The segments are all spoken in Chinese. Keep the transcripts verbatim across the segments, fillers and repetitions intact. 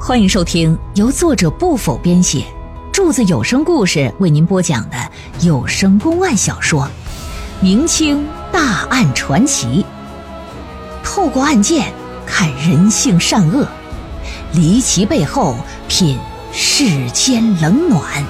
欢迎收听由作者不否编写，柱子有声故事为您播讲的有声公案小说《明清大案传奇》，透过案件看人性善恶，离奇背后品世间冷暖。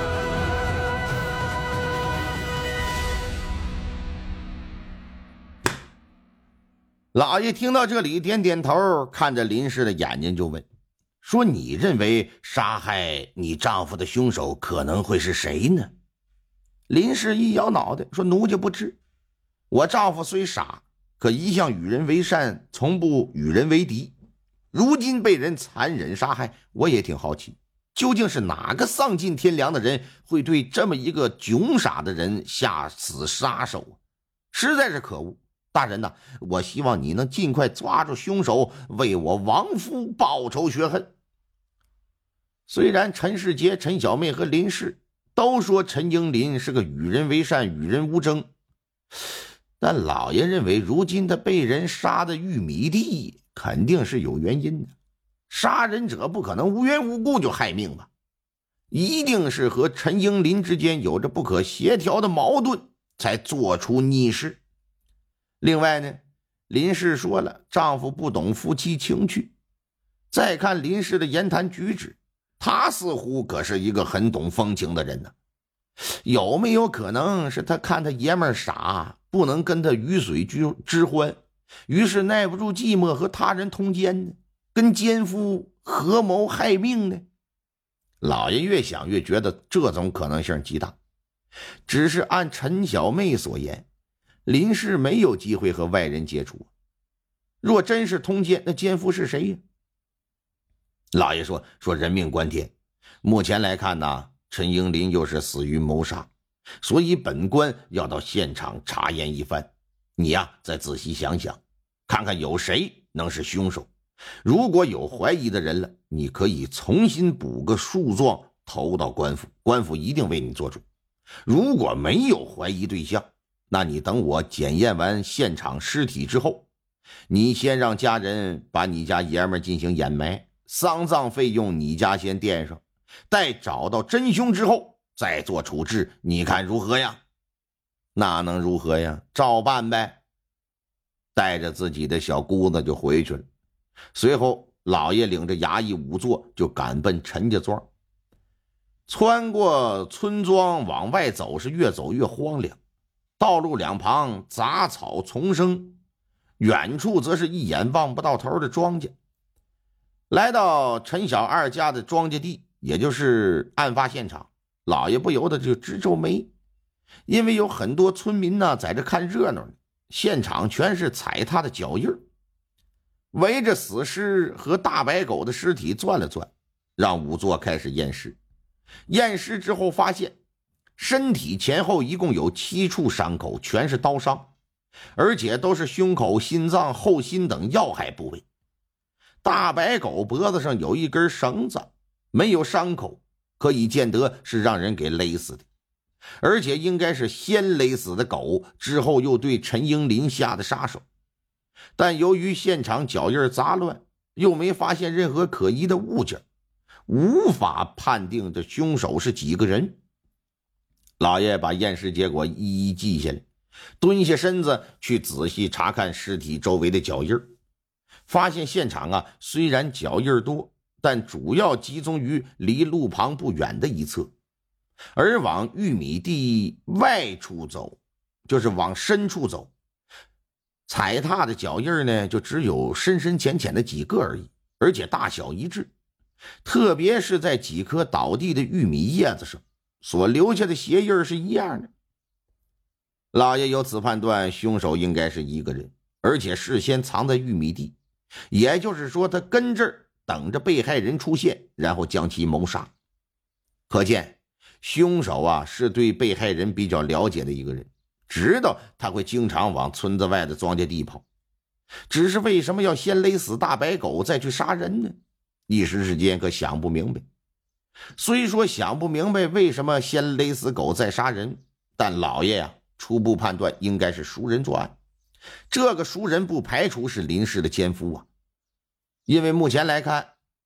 老爷听到这里点点头，看着林氏的眼睛就问，说你认为杀害你丈夫的凶手可能会是谁呢？林氏一摇脑袋说，奴家不知，我丈夫虽傻，可一向与人为善，从不与人为敌，如今被人残忍杀害，我也挺好奇，究竟是哪个丧尽天良的人会对这么一个囧傻的人下此杀手，实在是可恶。大人呐、啊，我希望你能尽快抓住凶手，为我亡夫报仇雪恨。虽然陈世杰、陈小妹和林氏都说陈英林是个与人为善、与人无争，但老爷认为如今他被人杀的玉米地肯定是有原因的，杀人者不可能无缘无故就害命吧，一定是和陈英林之间有着不可协调的矛盾，才做出逆事。另外呢，林氏说了丈夫不懂夫妻情趣，再看林氏的言谈举止，他似乎可是一个很懂风情的人呢、啊。有没有可能是他看他爷们儿傻，不能跟他鱼水之欢，于是耐不住寂寞和他人通奸呢，跟奸夫合谋害命呢？老爷越想越觉得这种可能性极大。只是按陈小妹所言，林氏没有机会和外人接触，若真是通奸，那奸夫是谁呀？老爷说说人命关天，目前来看呢，陈英林又是死于谋杀，所以本官要到现场查验一番。你呀、啊，再仔细想想，看看有谁能是凶手。如果有怀疑的人了，你可以重新补个诉状投到官府，官府一定为你做主。如果没有怀疑对象，那你等我检验完现场尸体之后，你先让家人把你家爷们进行掩埋，丧葬费用你家先垫上，待找到真凶之后再做处置，你看如何呀？那能如何呀？照办呗。带着自己的小姑子就回去了。随后老爷领着衙役仵作就赶奔陈家庄。穿过村庄往外走，是越走越荒凉，道路两旁杂草丛生，远处则是一眼望不到头的庄稼。来到陈小二家的庄稼地，也就是案发现场，老爷不由得就直皱眉，因为有很多村民呢在这看热闹呢，现场全是踩踏的脚印，围着死尸和大白狗的尸体转了转，让仵作开始验尸。验尸之后发现，身体前后一共有七处伤口，全是刀伤，而且都是胸口、心脏、后心等要害部位。大白狗脖子上有一根绳子，没有伤口，可以见得是让人给勒死的，而且应该是先勒死的狗，之后又对陈英林下的杀手。但由于现场脚印杂乱，又没发现任何可疑的物件，无法判定这凶手是几个人。老爷把验尸结果一一记下来，蹲下身子去仔细查看尸体周围的脚印，发现现场啊虽然脚印多，但主要集中于离路旁不远的一侧，而往玉米地外处走，就是往深处走，踩踏的脚印呢就只有深深浅浅的几个而已，而且大小一致，特别是在几颗倒地的玉米叶子上所留下的鞋印是一样的。老爷由此判断凶手应该是一个人，而且事先藏在玉米地，也就是说他跟这儿等着被害人出现，然后将其谋杀。可见凶手啊是对被害人比较了解的一个人，知道他会经常往村子外的庄稼地跑，只是为什么要先勒死大白狗再去杀人呢？一时之间可想不明白。虽说想不明白为什么先勒死狗再杀人，但老爷呀、啊、初步判断应该是熟人作案。这个熟人不排除是林氏的奸夫啊，因为目前来看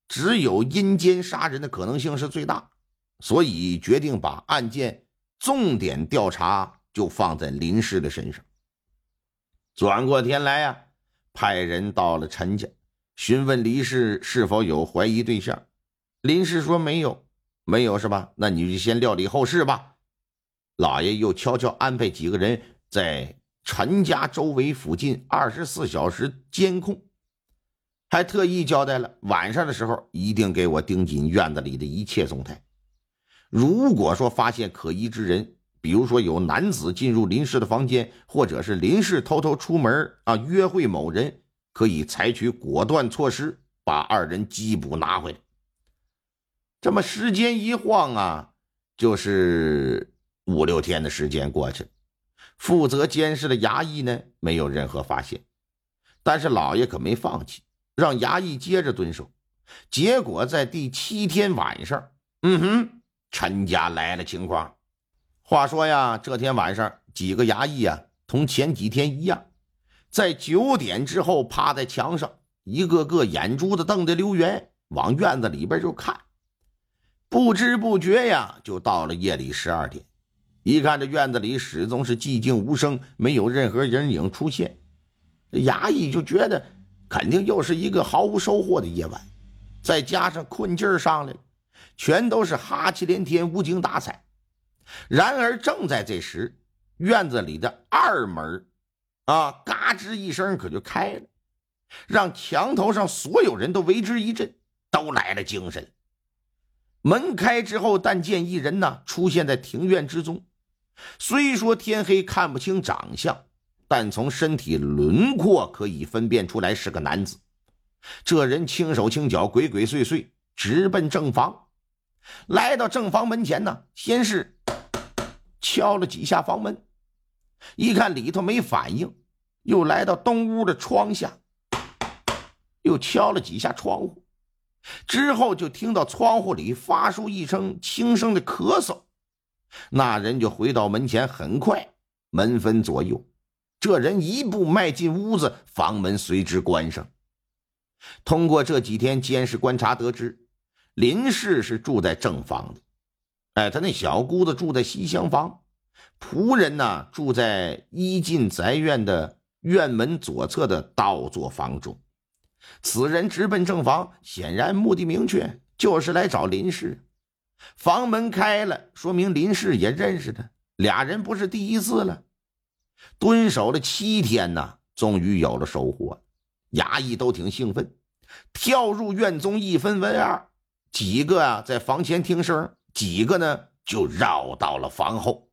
只有阴间杀人的可能性是最大，所以决定把案件重点调查就放在林氏的身上。转过天来呀、啊，派人到了陈家，询问林氏是否有怀疑对象。林氏说没有。没有是吧？那你就先料理后事吧。老爷又悄悄安排几个人在陈家周围附近二十四小时监控，还特意交代了晚上的时候一定给我盯紧院子里的一切动态。如果说发现可疑之人，比如说有男子进入林氏的房间，或者是林氏偷偷出门啊约会某人，可以采取果断措施把二人缉捕拿回来。这么时间一晃啊，就是五六天的时间过去了。负责监视的衙役呢，没有任何发现，但是老爷可没放弃，让衙役接着蹲守。结果在第七天晚上，嗯哼，陈家来了情况。话说呀，这天晚上几个衙役啊，同前几天一样，在九点之后趴在墙上，一个个眼珠子瞪得溜圆，往院子里边就看。不知不觉呀，就到了夜里十二点。一看这院子里始终是寂静无声，没有任何人影出现，这衙役就觉得肯定又是一个毫无收获的夜晚，再加上困劲儿上来了，全都是哈气连天，无精打采。然而正在这时，院子里的二门啊，嘎吱一声可就开了，让墙头上所有人都为之一振，都来了精神。门开之后，但见一人呢出现在庭院之中。虽说天黑看不清长相，但从身体轮廓可以分辨出来是个男子。这人轻手轻脚，鬼鬼祟祟，直奔正房。来到正房门前呢，先是敲了几下房门，一看里头没反应，又来到东屋的窗下，又敲了几下窗户。之后就听到窗户里发出一声轻声的咳嗽，那人就回到门前，很快门分左右，这人一步迈进屋子，房门随之关上。通过这几天监视观察得知，林氏是住在正房的，哎，他那小姑子住在西厢房，仆人呢住在一进宅院的院门左侧的倒座房中。此人直奔正房，显然目的明确，就是来找林氏。房门开了，说明林氏也认识他，俩人不是第一次了。蹲守了七天呢，终于有了收获。衙役都挺兴奋，跳入院中一分为二，几个啊在房前听声，几个呢就绕到了房后。